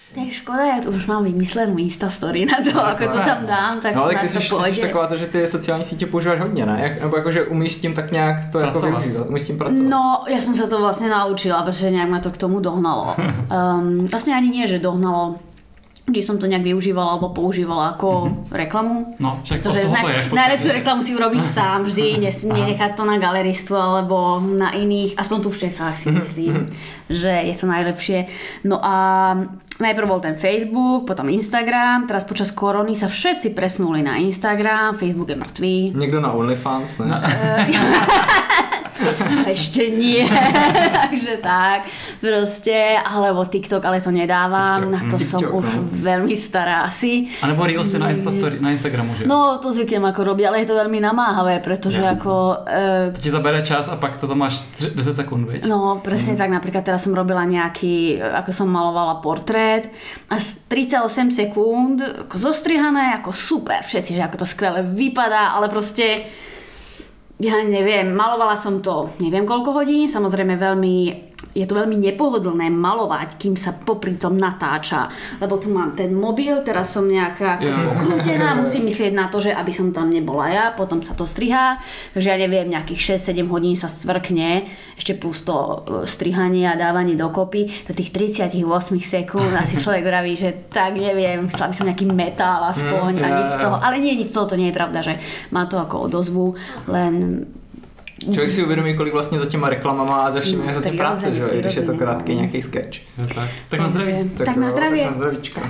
To je škoda, já to už mám vymyslenou Instastory na to, jako to tam dám, tak no, ale snad to půjde. Ty jsi taková to, že ty sociální sítě používáš hodně, ne? Nebo jakože umíš s tím tak nějak to jako využívat, umíš s tím pracovat? No, ja som sa to vlastne naučila, pretože nejak ma to k tomu dohnalo. Vlastne ani nie, že dohnalo, vždy som to nejak využívala alebo používala ako reklamu. No, však pretože najlepšiu reklamu si urobíš sám, vždy nesmie nechať to na galeristu alebo na iných, aspoň tu v Čechách si myslím, že je to najlepšie. No a najprv bol ten Facebook, potom Instagram, teraz počas korony sa všetci presnuli na Instagram, Facebook je mŕtvý. Niekto na OnlyFans, ne? Ešte nie, takže tak, proste, alebo TikTok, ale to nedávam, na to som už veľmi stará asi. A nebo Reelsy na Instagramu, že? No, to zvyknem ako robiť, ale je to veľmi namáhavé, pretože ako... To ti zabere čas a pak to máš 10 sekúnd, viď? No, presne tak, napríklad teraz som robila nejaký, ako som malovala portrét a 38 sekúnd, ako zostrihané, ako super, všetci, že ako to skvelé vypadá, ale proste... Ja neviem, malovala som to neviem koľko hodín, samozrejme je to veľmi nepohodlné malovať, kým sa popri tom natáča, lebo tu mám ten mobil, teraz som nejaká pokrútená, musím myslieť na to, že aby som tam nebola ja, potom sa to strihá, takže ja neviem, nejakých 6-7 hodín sa scvrkne, ešte plus to strihanie a dávanie dokopy, do tých 38 sekúnd asi človek vraví, že tak neviem, chcela by som nejaký metál aspoň a nič z toho, ale nie, nič z toho, to nie je pravda, že má to ako odozvu, len člověk si uvědomí, kolik vlastně za těma reklamama a za všem je hrozně práce, že? Když je to krátký nějaký sketch. Tak na zdraví. Tak na zdraví. Tak na zdravíčka.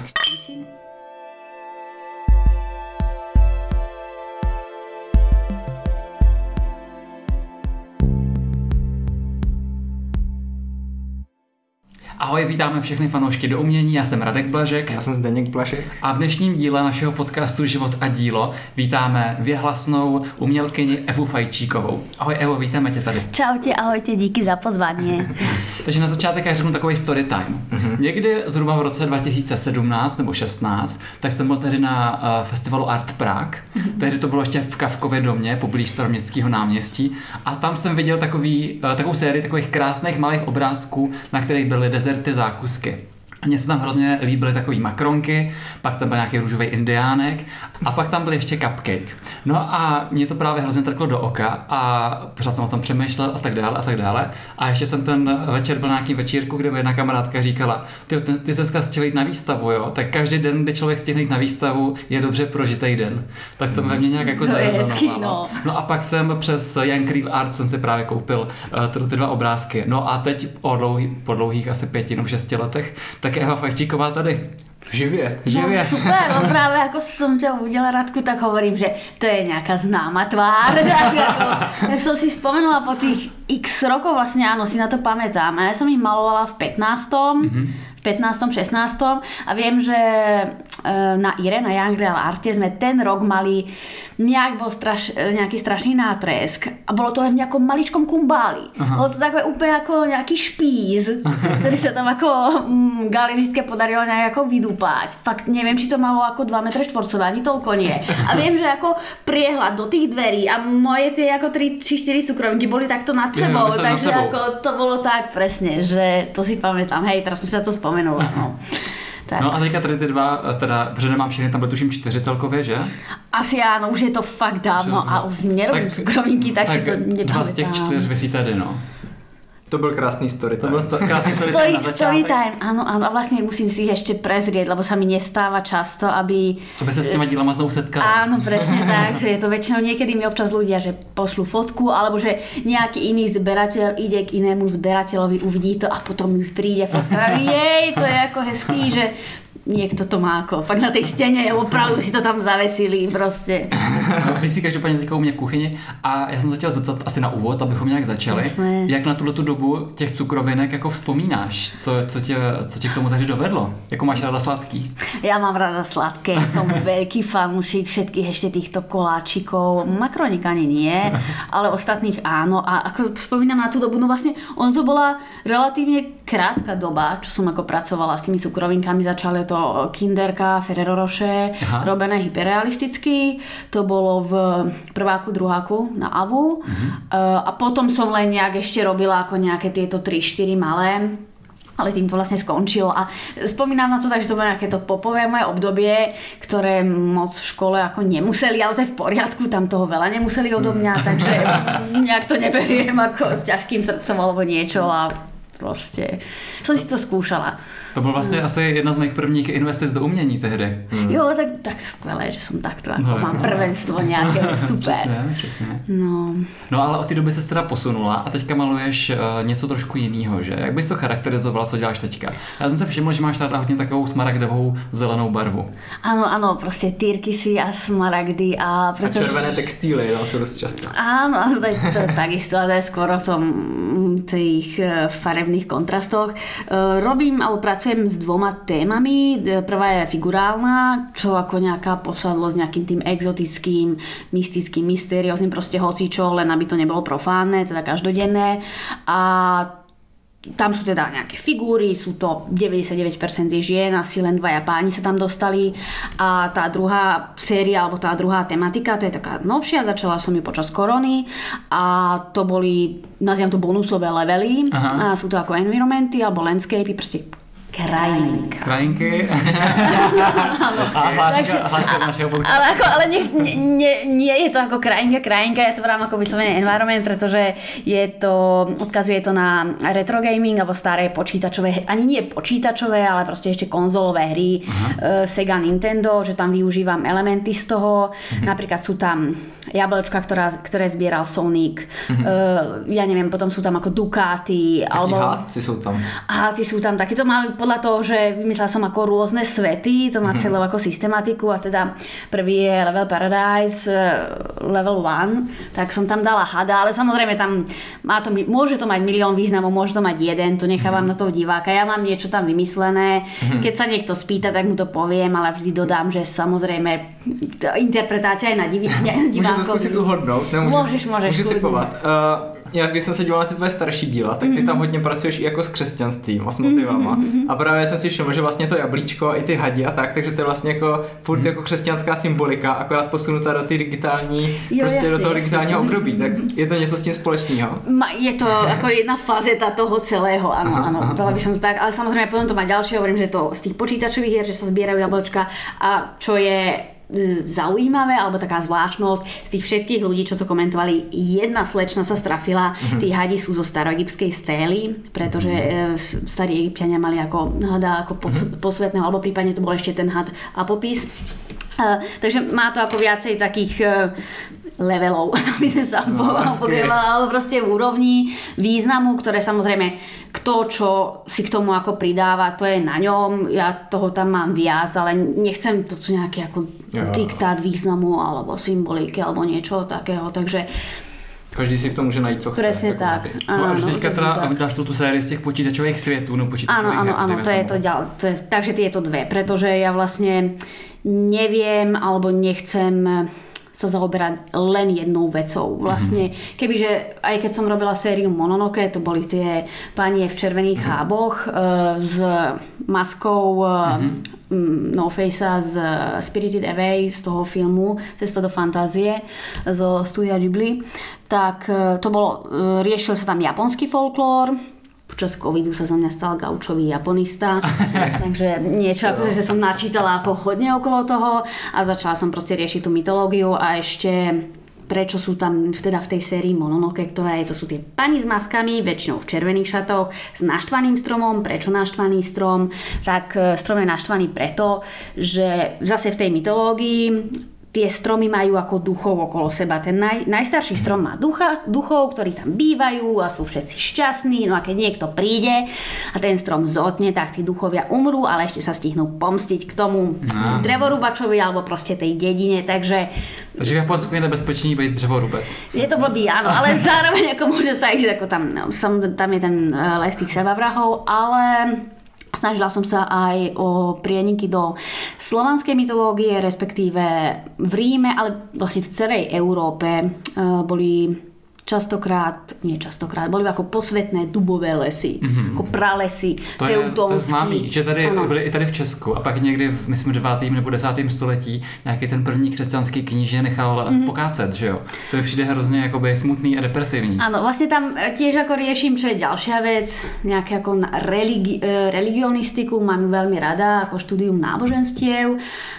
Ahoj, vítáme všechny fanoušky do umění, já jsem Radek Blažek. Já jsem Zdeněk Blažek. A v dnešním díle našeho podcastu Život a dílo vítáme věhlasnou umělkyni Evu Fajčíkovou. Ahoj Evo, vítáme tě tady. Čaute, ahojte, díky za pozvání. Takže na začátek já řeknu takový story time. Někdy zhruba v roce 2017 nebo 16, tak jsem byl tady na festivalu Art Prague. Tehdy to bylo ještě v Kafkově domě, poblíž Staroměstského náměstí. A tam jsem viděl takovou sérii takových krásných malých obrázků, na kterých byly dezerty, zákusky. A mně se tam hrozně líbily takový makronky, pak tam byl nějaký růžový indiánek a pak tam byl ještě cupcake. No a mě to právě hrozně trklo do oka a pořád jsem o tom přemýšlel a tak dále a tak dále. A ještě jsem ten večer byl na nějaký večírku, kde jedna kamarádka říkala, ty se dneska chtěl jít na výstavu, jo? Tak každý den, kdy člověk stihne jít na výstavu, je dobře prožitej den. Tak to ve mně nějak jako zarezonovalo. No a pak jsem přes Young Real Art jsem si právě koupil ty dva obrázky. No a teď po dlouhých asi 5 nebo 6 letech tak Eva Fajčíková tady. Živě. No super, no práve ako som ťa uvidela, Radku, tak hovorím, že to je nejaká známa tvár. Tak som si spomenula po tých x rokov, vlastne áno, si na to pamätám. A ja som ich malovala v 15. 15. 16. a viem, že na IRE, na Young Real Arte sme ten rok mali nejaký strašný nátresk a bolo to len v nejakom maličkom kumbáli. Bolo to takové úplne ako nejaký špíz, ktorý sa tam ako galeristke podarilo nejak ako vydúpať. Fakt neviem, či to malo ako 2 m štvorcové, ani toľko nie. A viem, že ako priehľad do tých dverí a moje tie ako 3-4 cukrovinky boli takto nad sebou, takže ako to bolo tak presne, že to si pamätám. Hej, teraz som sa to spomenula. Tak. No a teďka tady ty dva, protože nemám všechny, tam byly tuším 4 celkově, že? Asi áno, už je to fakt dávno a už nerobím cukrovinky, tak si to nepamätám. 2 z těch 4 vysí tady, no. To byl krásný story time. To byl krásný story time, áno. A vlastne musím si ich ešte prezrieť, lebo sa mi nestáva často, aby sa s těma dílama znovu setkala. Áno, presne tak, že je to väčšinou niekedy mi občas ľudia, že pošlu fotku, alebo že nejaký iný zberateľ ide k inému zberateľovi, uvidí to a potom mi príde fotka. Jej, to je ako hezký, že niekto to má ako fakt na tej stene, opravdu si to tam zavesili prostě. Vy si každopádně teďka u mě v kuchyni a já jsem se chtěl zeptat asi na úvod, abychom nějak začali. Jasné. Jak na tuhletu dobu těch cukrovinek jako vzpomínáš? Co tě k tomu tady dovedlo? Jako máš ráda sladký? Ja mám rada sladké, som veľký fanúšik všetkých ešte týchto koláčikov. Makronik ani nie, ale ostatných áno. A ako spomínam na tú dobu, no vlastne ono to bola relatívne krátka doba, čo som ako pracovala s tými cukrovinkami. Začalo to Kinderka, Ferrero Rocher, robené hyperrealisticky. To bolo v prváku, druháku na AVU. A potom som len nejak ešte robila ako nejaké tieto 3-4 malé. ale tým to vlastne skončilo a spomínam na to tak, že to bolo nejaké to popové moje obdobie, ktoré moc v škole ako nemuseli, ale to je v poriadku, tam toho veľa nemuseli odo mňa, takže nejak to neberiem ako s ťažkým srdcom alebo niečo a proste som si to skúšala. To byl vlastně asi jedna z mých prvních investic do umění tehdy. Jo, tak skvělé, že jsem takto, jako mám prvenstvo nějaké, super. Přesně. No ale od té doby se teda posunula a teďka maluješ něco trošku jiného, že? Jak bys to charakterizovala, co děláš teďka? Já jsem se všiml, že máš ráda hodně takovou smaragdovou zelenou barvu. Ano, prostě tyrkysy a smaragdy a pretože... A červené textíly, no, jsou dost často. Áno, to je takisto, ale to je skoro v tom tých farebných kontrastoch. Robím, alebo pracujem s 2 témami. Prvá je figurálna, čo ako nejaká posadlo s nejakým tým exotickým, mystickým, mysterióznym, proste hocičo, len aby to nebolo profánne, teda každodenné. A tam sú teda nejaké figúry, sú to 99% žien, asi len 2 páni sa tam dostali a tá druhá séria, alebo tá druhá tematika, to je taká novšia, začala som ju počas korony a to boli, nazývam to bonusové levely. Aha. A sú to ako environmenty alebo landscapy, proste krajinka. Krajinky. Hláška z našeho podcastu. Ale nie je to ako krajinka, je to vrám ako vyslovený environment, pretože odkazuje to na retro gaming alebo staré počítačové, ani nie počítačové, ale proste ešte konzolové hry, Sega, Nintendo, že tam využívam elementy z toho. Napríklad sú tam jablčka, ktoré zbieral Sonic. Ja neviem, potom sú tam ako Ducati. Takí hádci sú tam. Hádci sú tam, taky to mali podľa toho, že vymyslela som ako rôzne svety, to má celú ako systematiku a teda prvý je Level Paradise, Level 1, tak som tam dala hada, ale samozrejme tam môže to mať milión významov, môže to mať jeden, to nechávam na toho diváka, ja mám niečo tam vymyslené, keď sa niekto spýta, tak mu to poviem, ale vždy dodám, že samozrejme interpretácia je na divákovi. Můžu to zkusit uhodnout? Môžeš typovat. Já když jsem se díval na ty tvoje starší díla, tak ty tam hodně pracuješ i jako s křesťanstvím a s motivama. A právě jsem si všiml, že vlastně to jablíčko i ty hadi a tak, takže to je vlastně jako furt jako křesťanská symbolika, akorát posunutá do té digitální, do toho digitálního období. Tak je to něco s tím společného? Je to jako jedna fazeta toho celého, áno, dala by som to tak, ale samozrejme potom to má ďalšie, hovorím, že to z tých počítačových hier, že sa zbierajú jablčka a čo je zaujímavé, alebo taká zvláštnosť z tých všetkých ľudí, čo to komentovali, jedna slečna sa strafila, tí hadi sú zo staroegyptskej stély, pretože starí Egypťania mali ako hada ako posvetného, alebo prípadne to bol ešte ten had Apopis. Takže má to ako viacej takých levelov, aby sme sa povedali, alebo proste úrovní významu, ktoré samozrejme kto čo si k tomu ako pridáva, to je na ňom, ja toho tam mám viac, ale nechcem to tu nejaký ako diktát významu alebo symboliky alebo niečo takého, takže každý si v tom může najít, co chce. Presne tak. Áno, až teďka teda dáš tu sérii z těch počítačových světů, no počítačových her. Áno, to je to ďalej. Takže tieto 2, pretože ja vlastne neviem alebo nechcem sa zaoberať len jednou vecou. Vlastne, kebyže aj keď som robila sériu Mononoke, to boli tie panie v červených háboch s maskou No Facea z Spirited Away, z toho filmu Cesta do fantázie zo studia Ghibli, tak to bolo, riešil sa tam japonský folklór. Počas covidu sa za mňa stal gaučový japonista, takže niečo ako, že som načítala pochodne okolo toho a začala som proste riešiť tú mytológiu a ešte prečo sú tam teda v tej sérii Mononoke, ktorá to sú tie pani s maskami, väčšinou v červených šatoch, s naštvaným stromom. Prečo naštvaný strom? Tak strom je naštvaný preto, že zase v tej mytológii tie stromy majú ako duchov okolo seba. Ten najstarší strom má duchov, ktorí tam bývajú a sú všetci šťastní. No a keď niekto príde a ten strom zotne, tak tí duchovia umrú, ale ešte sa stihnú pomstiť k tomu drevorúbačovi alebo proste tej dedine. Takže v Japonsku je nebezpečný byť drevorúbec. Je to blbý, áno, ale zároveň ako môže sa ísť, ako tam je ten les tých sebavrahov, ale snažila som sa aj o prieniky do slovanskej mytológie, respektíve v Ríme, ale vlastne v celej Európe boli častokrát, boli ako posvetné dubové lesy, ako pralesy, teutonský. To je známý, že tady byly i tady v Česku a pak někdy v, myslím, 9. nebo 10. století nějaký ten první křesťanský kníže nechal pokácet, že jo? To je přijde hrozně jakoby smutný a depresivní. Áno, vlastne tam tiež ako riešim, čo je ďalšia vec, nejaké ako religionistiku, mám ju veľmi rada, ako štúdium náboženstiev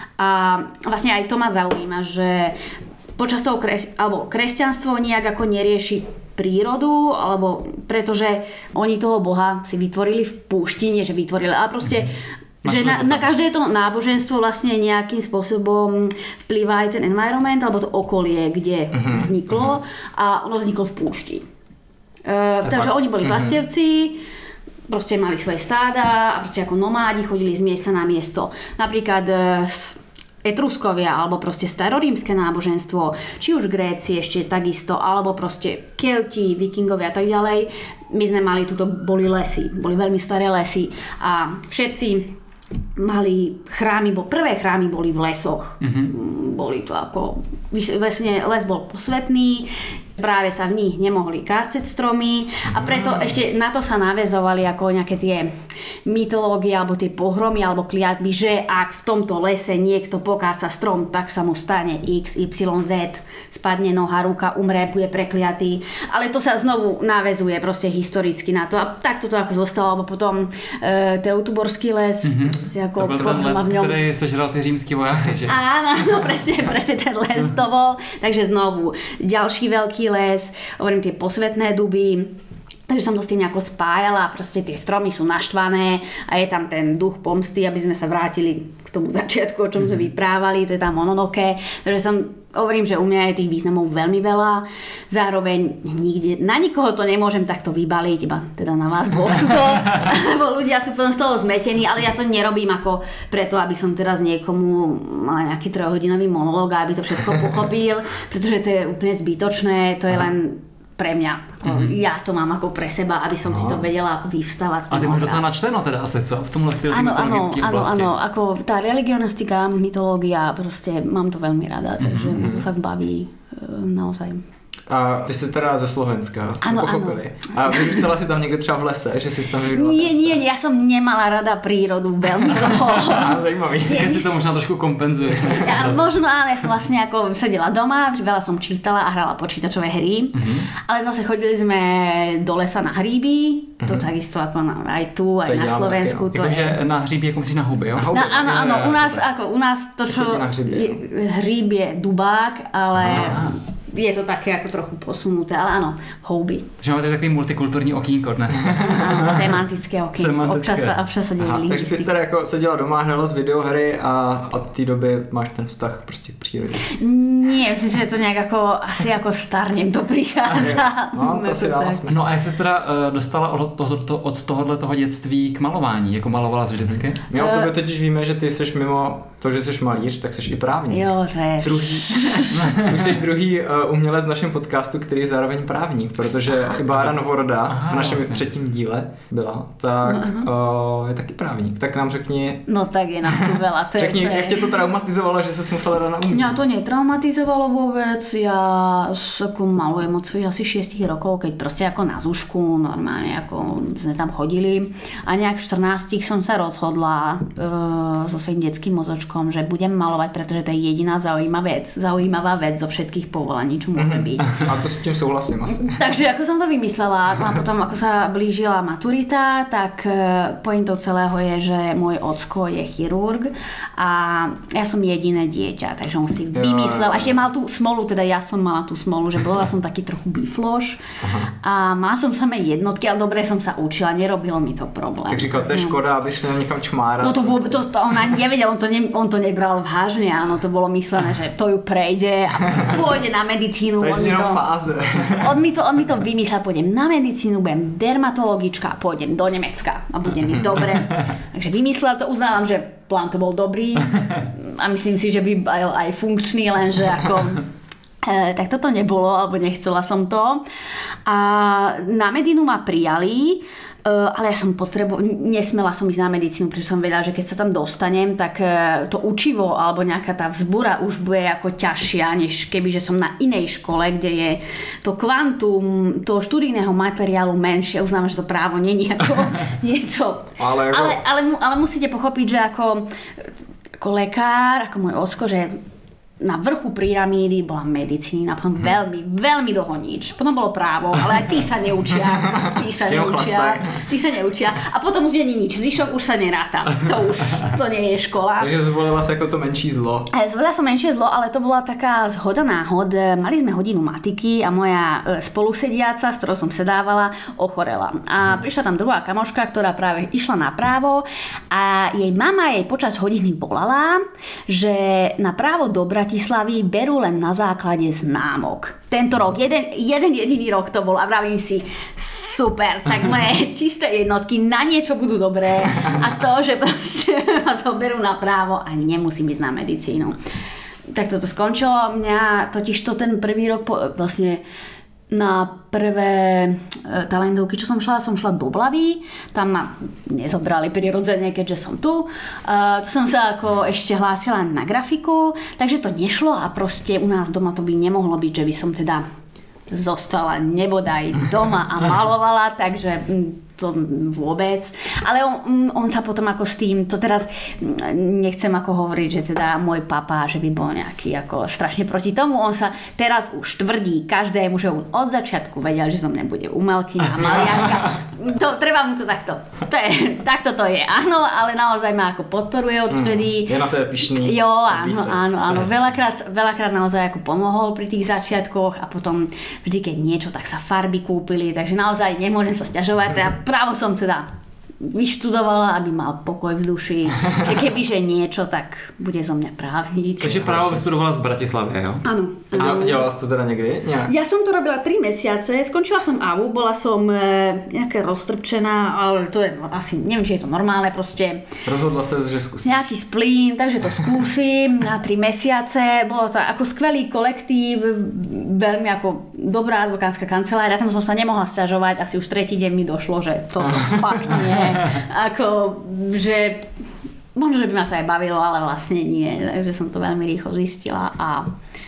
a vlastne aj to ma zaujíma, že počas toho kresťanstvo nejak ako nerieši prírodu, alebo pretože oni toho Boha si vytvorili v púšti, nie že vytvorili, ale proste že na každé to náboženstvo vlastne nejakým spôsobom vplýva aj ten environment alebo to okolie, kde vzniklo a ono vzniklo v púšti. Takže oni boli pastevci, proste mali svoje stáda a proste ako nomádi chodili z miesta na miesto. Napríklad Etruskovia alebo proste starorímske náboženstvo, či už Gréci ešte takisto, alebo proste Kelti, Vikingovia a tak ďalej. My sme mali, tuto boli lesy, boli veľmi staré lesy a všetci mali chrámy, prvé chrámy boli v lesoch. Boli to ako, vlastne les bol posvetný, práve sa v nich nemohli káceť stromy a preto ešte na to sa naväzovali ako nejaké tie mytológie alebo tie pohromy alebo kliatby, že ak v tomto lese niekto pokáca strom, tak sa mu stane X, Y, Z, spadne noha, ruka, umre, bude prekliatý. Ale to sa znovu naväzuje proste historicky na to a takto to ako zostalo, alebo potom Teutoburský les. Ako to byl ten les, ktorý sežral tie římský vojáky, že? Áno, presne ten les to bol. Takže znovu ďalší veľký les, hovorím tie posvetné duby, takže som to s tým nejako spájala a proste tie stromy sú naštvané a je tam ten duch pomsty, aby sme sa vrátili k tomu začiatku, o čom sme vyprávali, to je tam Mononoke, takže hovorím, že u mňa je tých významov veľmi veľa, zároveň nikde, na nikoho to nemôžem takto vybaliť, iba teda na vás dvoch tuto, lebo ľudia sú potom z toho zmetení, ale ja to nerobím ako preto, aby som teraz niekomu mala nejaký 3-hodinový monológ a aby to všetko pochopil, pretože to je úplne zbytočné, to je len pre mňa. Ja to mám ako pre seba, aby som si to vedela ako vyvstávať. A ty máš docela načteno teda asi, co? V tomhle mytologické oblasti. Áno, ako tá religionistika, mytológia, proste mám to veľmi rada, takže ma to fakt baví naozaj. A ty jsi teda ze Slovenska, jsme pochopili. Ano. A vyrůstala si tam někde třeba v lese, že jsi tam vyrůstala? Nie, ja som nemala rada prírodu veľmi dlho. Zajímavý. Keď si to možná trošku kompenzuješ. Možno áno, ja som vlastne ako sedela doma, veľa som čítala a hrala počítačové hry, ale zase chodili sme do lesa na hríby, to takisto ako aj tu, aj na Slovensku. Jakože na hříby, ako myslíš na huby, jo? Áno, u nás to, čo hríb je dubák, ale je to také ako trochu posunuté, ale áno, houby. Takže máte takový multikulturní okýnko dnes. Áno, semantické okýnko. Občas sa deje lingvistika. Takže ty jsi teda jako seděla doma, hrála z videohry a od té doby máš ten vztah prostě k přírodě. Nie, myslím, že to nějak jako, asi jako starnem to přichází. No, to si dává smysl. No a jak jsi teda dostala od tohoto dětství k malování? Jako malovala jsi vždycky? My o tobě totiž víme, že ty jsi mimo to, že jsi malíř, tak jsi i právník. Jo, to je... Ty jsi druhý umělec v našem podcastu, který je zároveň právník, protože i Bára Novorodá v našem třetím díle byla, tak je taky právník. Tak nám řekni... No tak je nás tu veľa. Řekni, jak tě to traumatizovalo, že jsi musela dát na umění? Mňa to netraumatizovalo vôbec. Ja ako malujem od svojich asi 6 rokov, keď proste ako na zúšku, normálne ako sme tam chodili. A nejak v 14 som sa rozhodla so svojím detským mozočkom, že budem malovať, pretože to je jediná zaujímavá vec zo všetkých povolaní, čo môže byť. A to s tým súhlasím asi. Takže ako som to vymyslela a potom ako sa blížila maturita, tak pointou celého je, že môj ocko je chirurg a ja som jediné dieťa, takže on si vymyslel, a ešte mal tú smolu, teda ja som mala tú smolu, že bola som taký trochu bifloš a mala som samé jednotky, ale dobre som sa učila, nerobilo mi to problém. Tak říkal, to je škoda, aby šli niekam čmárať. No to on ani nevedel, on to nebral vážne, áno, to bolo myslené, že to ju prejde a pôjde na medicínu. On mi to vymyslel, pôjdem na medicínu, budem dermatologička a pôjdem do Nemecka a bude mi dobre. Takže vymyslel to, uznávam, že plán to bol dobrý a myslím si, že by aj funkčný, lenže ako tak toto nebolo, alebo nechcela som to. A na Medinu ma prijali, Ale ja som nesmela som ísť na medicínu, pretože som vedela, že keď sa tam dostanem, tak to učivo alebo nejaká tá vzbura už bude ako ťažšia, než keby, že som na inej škole, kde je to kvantum toho študijného materiálu menšie. Uznávam, že to právo není ako niečo. Ale musíte pochopiť, že ako lekár, ako môj ocko, že na vrchu pyramídy bola medicína, potom veľmi, veľmi dlho nič. Potom bolo právo, ale aj tí sa neučia. Tí sa neučia. A potom už nie je nič. Zvyšok už sa neráta. To nie je škola. Takže zvolila si ako to menší zlo. Zvolila som menšie zlo, ale to bola taká zhoda náhod. Mali sme hodinu matiky a moja spolusediaca, s ktorou som sedávala, ochorela. A prišla tam druhá kamoška, ktorá práve išla na právo a jej mama jej počas hodiny volala, že na právo do Bratislavy berú len na základe známok. Tento rok, jeden jediný rok to bol a vravím si, super, tak moje čisté jednotky na niečo budú dobré a to, že proste ma zoberú na právo a nemusím ísť na medicínu. Tak toto skončilo. Mňa totižto ten prvý rok vlastne na prvé talendovky, čo som šla do Blavy, tam ma nezobrali prirodzene, keďže som tu. Tu som sa ako ešte hlásila na grafiku, takže to nešlo a proste u nás doma to by nemohlo byť, že by som teda zostala nebodaj doma a malovala, takže to vôbec. Ale on sa potom ako s tým, to teraz nechcem ako hovoriť, že teda môj papa, že by bol nejaký ako strašne proti tomu. On sa teraz už tvrdí každému, že on od začiatku vedel, že zo mňa bude umelkyňa a maliarka. Treba mu to takto. Takto to je, áno, ale naozaj ma ako podporuje odvtedy. Je na to pyšný. Jo, áno. Veľakrát naozaj ako pomohol pri tých začiatkoch a potom vždy, keď niečo, tak sa farby kúpili, takže naozaj nemôžem sa sťažovať. Právo som teda vyštudovala, aby mal pokoj v duši. Že kebyže niečo, tak bude zo mňa právnik. Takže právo vystudovala z Bratislavy, jo? Áno. A dělala jsi to teda někdy? Nějak? Ja som to robila 3 mesiace, skončila som AVU, bola som nejaká roztrpčená, ale to je asi, neviem, či je to normálne, proste. Rozhodla sa, že skúsim. Nejaký splín, takže to skúsim na 3 mesiace. Bolo to ako skvelý kolektív, veľmi ako dobrá advokátska kancelária, tam som sa nemohla sťažovať, asi už 3. deň mi došlo, že toto fakt nie. Ako, že možno, že by ma to aj bavilo, ale vlastne nie. Takže som to veľmi rýchlo zistila a...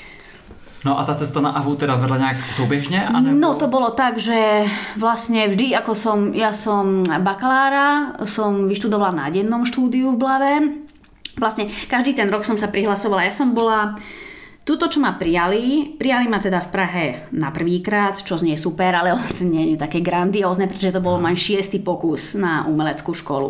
No a tá cesta na AVU teda vedla nejak súbežne? Anebo... No to bolo tak, že vlastne vždy, ako ja som bakalára, som vyštudovala na dennom štúdiu v Blave. Vlastne každý ten rok som sa prihlasovala. Ja som bola... Tuto, čo ma prijali ma teda v Prahe na prvýkrát, čo znie super, ale to nie je také grandiózne, pretože to bol môj 6. pokus na umeleckú školu.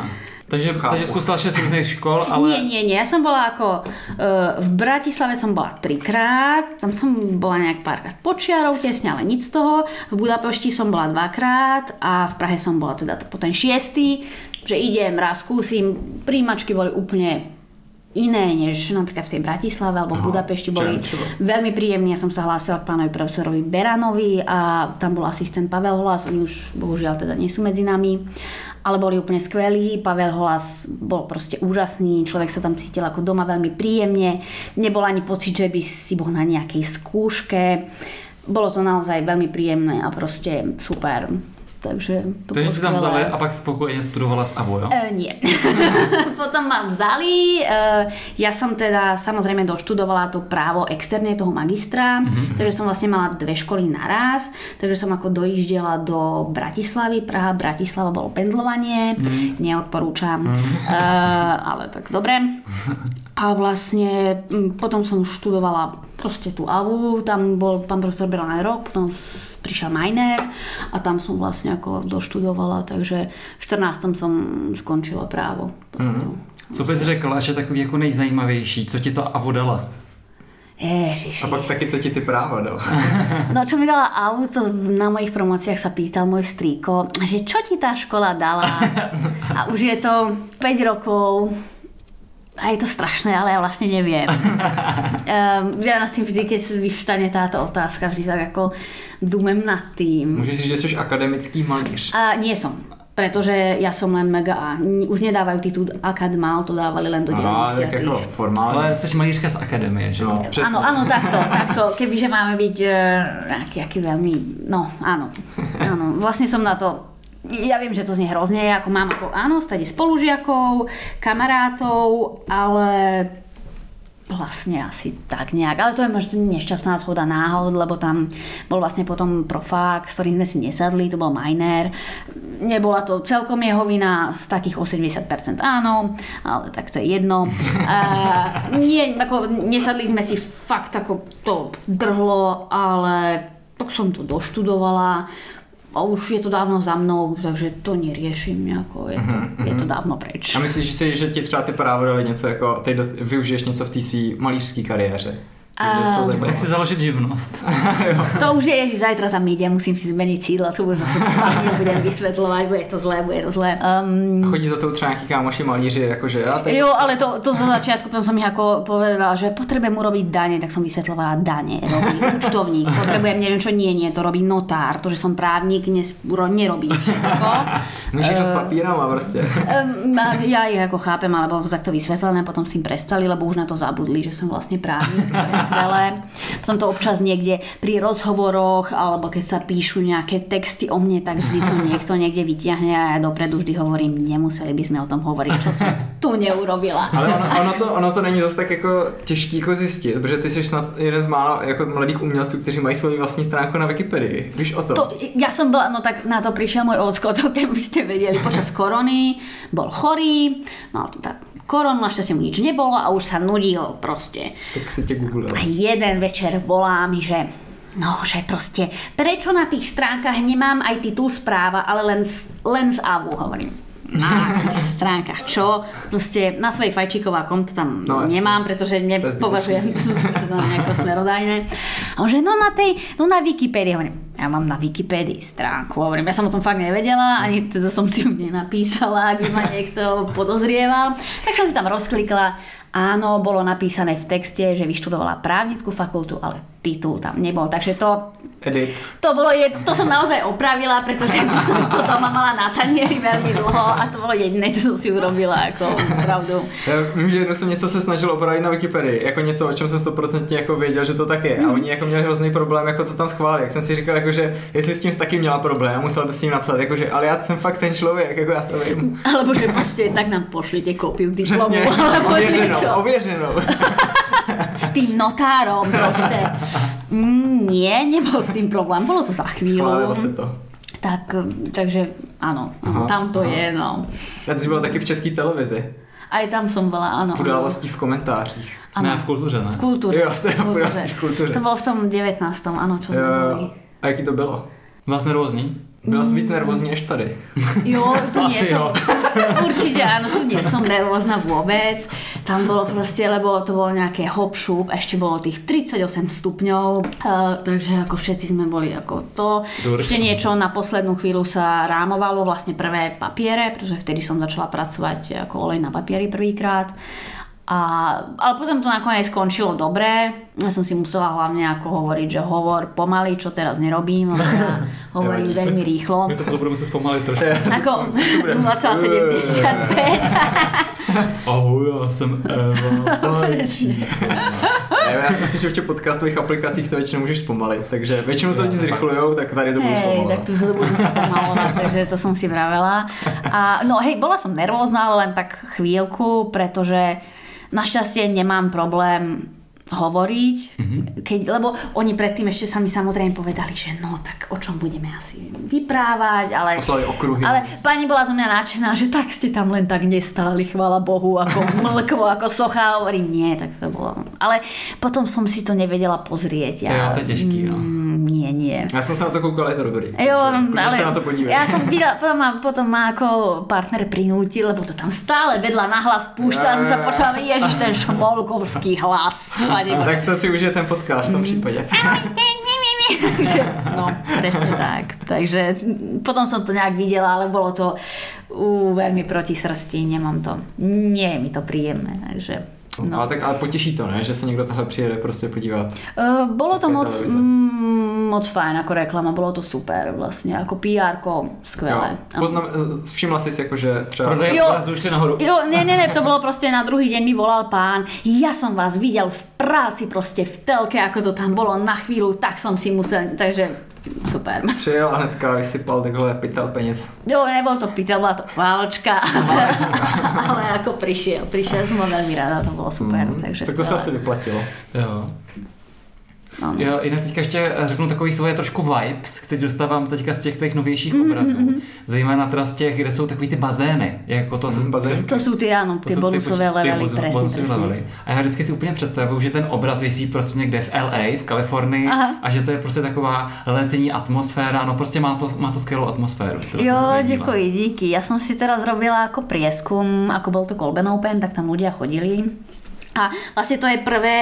Takže skúsila 6 rôznych škol, ale... Nie. Ja som bola ako... v Bratislave som bola 3-krát, tam som bola nejak párkrát počiarov tesne, ale nic z toho. V Budapešti som bola 2-krát a v Prahe som bola teda po ten 6. Že idem, raz skúsim. Príjmačky boli úplne iné, než napríklad v tej Bratislave alebo v Budapešti boli veľmi príjemní. Ja som sa hlásila k pánovi profesorovi Beranovi a tam bol asistent Pavel Holas, oni už bohužiaľ teda nie sú medzi nami, ale boli úplne skvelí. Pavel Holas bol proste úžasný, človek sa tam cítil ako doma veľmi príjemne, nebol ani pocit, že by si bol na nejakej skúške. Bolo to naozaj veľmi príjemné a proste super. Takže si tam vzali a pak spokojne studovala z AVU, jo? Nie. Potom ma vzali. Ja som teda samozrejme doštudovala to právo externe toho magistra, takže som vlastne mala 2 školy naraz, takže som ako dojíždela do Bratislavy. Praha, Bratislava bolo pendlovanie. Neodporúčam. Ale tak dobre. A vlastne potom som študovala proste tú AVU, tam bol pán profesor Belan rok, potom prišiel Majner a tam som vlastne ako doštudovala, takže v 14. som skončila právo. Co bys řekla, že takový jako nejzajímavější, co ti to AVU dala? Ježiši. A pak taky, co ti ty práva dal? No čo mi dala AVU, to na mojich promociách sa pýtal môj strýko, že čo ti tá škola dala? A už je to 5 rokov. A je to strašné, ale ja vlastne neviem. Ja nad tým vždy, keď vyvstane táto otázka, vždy tak ako dumem nad tým. Môžeš říct, že jsi akademický malíř? Nie som, pretože ja som len MGA. Už nedávajú titul akadmál, to dávali len do 90. Tak ako formálne. Ale jsi malířka z akadémie, že? No, áno, takto. Kebyže máme byť nejaký veľmi... No, áno. Vlastne som na to ja viem, že to znie hrozne, ako mám áno, stade spolužiakov, kamarátov, ale vlastne asi tak nejak. Ale to je možno nešťastná zhoda náhod, lebo tam bol vlastne potom profák, s ktorým sme si nesadli, to bol majnér. Nebola to celkom jeho vina, z takých 80% áno, ale tak to je jedno. Nie, ako nesadli sme si fakt, ako to drhlo, ale tak som to doštudovala. A už je to dávno za mnou, takže to neriešim nejako, je to dávno preč. A myslíš si, že ti třeba ty právo dali něco jako, teď využiješ něco v té svý malířské kariéře? Jak si založit živnost? To už je, ježiš, zajtra tam idem, musím si zmeniť sídlo, to možno si nebudem vysvetľovať, bude to zlé. Chodí za to třeba nějaký kámoši malíři, jakože ja? Jo, ale to zo začiatku, potom som ich ako povedala, že potrebujem urobiť dane, tak som vysvetľovala dane, robí účtovník, potrebujem neviem čo, nie, to robí notár, to, že som právnik, nerobí všetko. Můžeš to s papírama prostě. Ja ich ako chápem, ale bolo to takto vysvetlené, potom si im prestali, lebo už na to zabudli, že som vlastne právnik. Skvelé. Potom to občas niekde pri rozhovoroch alebo keď sa píšu nejaké texty o mne, tak vždy to niekto niekde vytiahne a ja dopredu vždy hovorím, nemuseli by sme o tom hovoriť, čo som tu neurobila. Ale ono to není zase tak jako těžký jako zjistit, protože ty jsi snad jeden z mála jako mladých umělců, kteří mají svoji vlastní stránku na Wikipedii. Víš o tom? Ja som bola, no tak na to prišiel môj ocko, to keby ste vedeli, počas korony bol chorý, mal to tak koronu, našťastie mu nič nebolo a už sa nudil proste. Tak si te googlil. A jeden večer volá mi, že proste, prečo na tých stránkach nemám aj titul správa, ale len z AVU, hovorím. Na stránkach čo? Proste na svojej fajčíková konto tam nemám, pretože nepovažujem to nejako smerodajné. A on že na Wikipedii, hovorím, ja mám na Wikipedii stránku, hovorím, ja som o tom fakt nevedela, ani teda som si ju nenapísala, ak by ma niekto podozrieval. Tak som si tam rozklikla, áno, bolo napísané v texte, že vyštudovala právnickú fakultu, ale titul tam nebol, takže to som naozaj opravila, pretože som to doma mala na tanieri veľmi dlho a to bolo jediné, čo som si urobila, ako pravdu. Já vím, že jednou jsem něco se snažil opravit na Wikipedii, jako něco, o čem jsem 100% jako věděl, že to tak je. A oni jako měli hrozný problém, jako to tam schválili. Jak jsem si říkal, jako, že jestli s tím taky měla problém, musel by si jim napsat, jako, že ale já jsem fakt ten člověk, jako já to vím. Alebo že prostě tak nám pošlite kópiu diplomu. Ověřenou. Tým notárom proste. Nie, nebol s tým problém, bolo to za chvíľu. Schválilo se to. Takže áno, tam to je, no. A ty jsi byla taky v České televizi. Aj tam som bola, áno. V událostí v komentářích. Ano. Ne, v kultuře, ne? V kultuře. Jo, to je v kultuře. To bylo v tom 19. áno, čo sme boli. A jaký to bylo? Byla jsi nervózní? Byla jsi víc nervózní než tady. Jo, tu nie Asi som. Určite áno, tu nie som nervózna vôbec. Tam bolo proste, lebo to bolo nejaké hop šup, ešte bolo tých 38 stupňov, takže ako všetci sme boli ako to. Ešte niečo na poslednú chvíľu sa rámovalo, vlastne prvé papiere, pretože vtedy som začala pracovať ako olej na papieri prvýkrát. Ale potom to nakoniec skončilo dobre. Ja som si musela hlavne ako hovoriť, že hovor pomaly, čo teraz nerobím, ale ja hovorím veľmi rýchlo. My to budeme sa spomaliť trošku. Ako 0,75. Ahoj, já jsem Eva. Já si myslím, že v těch podcastových aplikacích to většinou můžeš zpomalit, takže většinou to lidi zrychlujou, tak tady to budu zpomalovat. Tak to budu spomalovať, takže to som si vravela. No hej, bola som nervózna, ale len tak chvíľku, pretože našťastie nemám problém hovoriť, lebo oni predtým ešte sami samozrejme povedali, že no tak o čom budeme asi vyprávať, ale poslali okruhy. Ale pani bola zo mňa nadšená, že tak ste tam len tak nestáli, chvála Bohu, ako mlkvo, ako socha, hovorím, nie, tak to bolo. Ale potom som si to nevedela pozrieť. Jo, to je těžký, no. Nie. Ja som sa na to koukal, je to dobrý. Jo, ale sa na to podívať. Ja som videla, potom ma ako partner prinútil, lebo to tam stále vedľa nahlas púšťa a som sa počula, ježiš, ten šmolkovský hlas. Tak to si užije ten podcast v tom prípade. No, presne tak. Takže potom som to nejak videla, ale bolo to veľmi proti srsti, nemám to. Nie je mi to príjemné, takže... No. Ale potěší to, ne? Že se někdo tahle přijede prostě podívat. Bolo to moc fajn ako reklama, bolo to super vlastne, ako PR-ko, skvelé. Všimla si jako, že třeba... Prodej obrazu šli nahoru. Jo, ne, to bolo proste na druhý deň mi volal pán, ja som vás videl v práci proste v telke, ako to tam bolo na chvíľu, tak som si musel, takže super. Přijel a hnedka vysypal takhle pytel peněz. Jo, nebol to pytel, bola to vánočka. Ale ako prišiel som ho veľmi ráda, to bolo super. Takže tak to se asi vyplatilo. Jo. Ano. Jo, jinak teďka ještě řeknu takový svoje trošku vibes, který dostávám teďka z těch tvých novějších obrazů. Zejména teda z těch, kde jsou takový ty bazény. Jako to, to sú tie, áno, tie bonusové levely, presne. A já vždycky si úplně představuju, že ten obraz visí prostě někde v LA, v Kalifornii. Aha. A že to je prostě taková letní atmosféra, no prostě má to skvělou atmosféru. Jo, děkuji, díky. Ja som si teraz robila ako prieskum, ako bol to Colben Open, tak tam ľudia chodili. A vlastne to je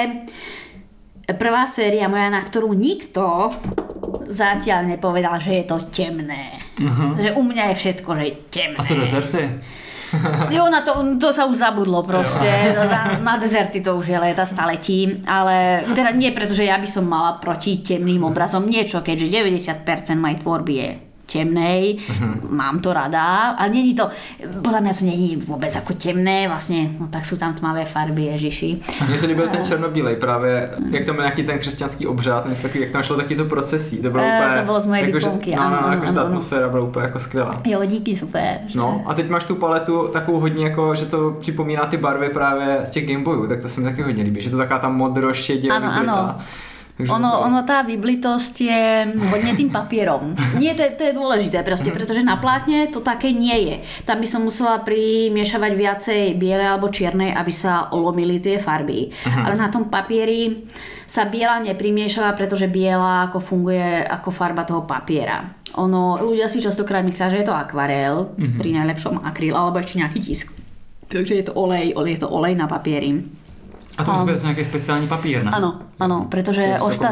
prvá séria moja, na ktorú nikto zatiaľ nepovedal, že je to temné. Že u mňa je všetko, že je temné. A co dezerty? Jo, na to sa už zabudlo proste. Na dezerty to už je leta staletí. Ale teda nie preto, že ja by som mala proti temným obrazom niečo, keďže 90% mojej tvorby je temnej, mám to rada, ale není to, podľa mňa to není vôbec ako temné, vlastne, no tak sú tam tmavé farby, ježiši. Mně se líbil ten černobílej právě, jak tam byl nějaký ten křesťanský obřád, jak tam šlo taky to procesí, to bylo úplně... To bylo z mojej diplomky, ano, jakože ta atmosféra byla úplně jako skvělá. Jo, díky, super. No a teď máš tu paletu takovou hodně jako, že to připomíná ty barvy právě z těch Gameboyů, tak to se mi taky hodně líbí, že to taková ta modro-šedě vyblitá. Ono tá vyblitosť je hodne tým papierom. Nie, to je dôležité proste, pretože na plátne to také nie je. Tam by som musela primiešavať viacej biele alebo čiernej, aby sa lomili tie farby. Ale na tom papieri sa biela neprimiešava, pretože biela ako funguje ako farba toho papiera. Ľudia si častokrát myslia, že je to akvarel, pri najlepšom akryl alebo ešte nejaký tisk. Takže je to olej na papieri. A to musí být nějaký speciální papír, ne? Áno, pretože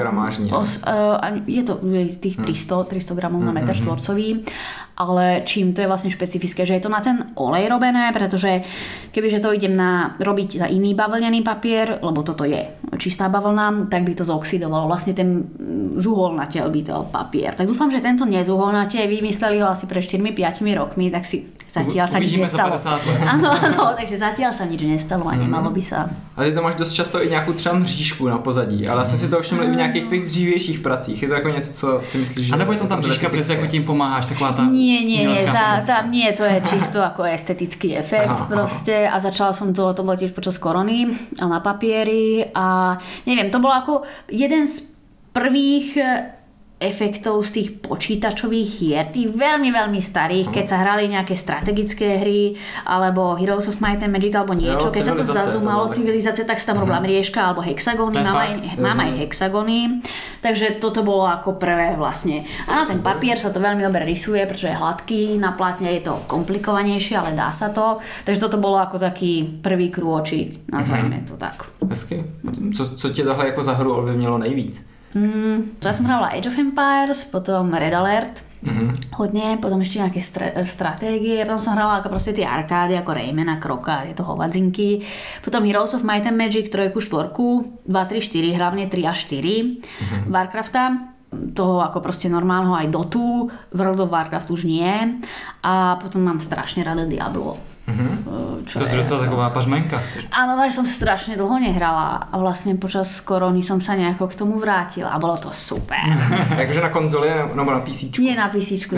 je to tých 300 gramov na meter štvorcový, ale čím to je vlastne špecifické, že je to na ten olej robené, pretože kebyže to idem robiť na iný bavlnený papier, lebo toto je čistá bavlna, tak by to zoxidovalo, vlastne ten zuholnatel by to papier. Tak dúfam, že tento nezuholnatel, vymysleli ho asi pred 4-5 rokmi, tak si zatiaľ sa nič nestalo. Áno, takže zatiaľ sa nič nestalo a nemalo by sa. A ty to máš dost často i nějakou třeba mřížku na pozadí, ale já jsem si to všiml i v nějakých těch dřívějších pracích. Je to jako něco, co si myslíš, že... A nebo je tam mřížka, protože jako tím pomáháš, taková ta... Nie, to je čisto ako estetický efekt proste a začala som to bolo tiež počas korony a na papieri a neviem, to bolo ako jeden z prvých efektov z tých počítačových hier, tých veľmi, veľmi starých, keď sa hrali nejaké strategické hry, alebo Heroes of Might and Magic, alebo niečo, keď sa to zazumalo, civilizácia, tak sa tam robila mriežka, alebo hexagóny, mám aj hexagóny, takže toto bolo ako prvé vlastne. A na ten papier sa to veľmi dobre rysuje, pretože je hladký, na plátne je to komplikovanejšie, ale dá sa to, takže toto bolo ako taký prvý krôčik, nazvajme to tak. Hezky. Co tě tohle jako za hru ovlivnilo nejvíc? Ja som hrala Age of Empires, potom Red Alert, hodne, potom ešte nejaké stratégie, potom som hrala ako proste tie arkády, ako Raymana, Kroka, tieto hovadzinky, potom Heroes of Might and Magic 3, 4, 2, 3, 4, hlavne 3 a 4, Warcrafta, toho ako proste normálneho aj Dotu, World of Warcraft už nie a potom mám strašne rada Diablo. To je docela taková pažmenka. Áno, ja som strašne dlho nehrala a vlastne počas korony som sa nejako k tomu vrátila a bolo to super. Takže na konzoli nebo na PCčku? Nie na PCčku.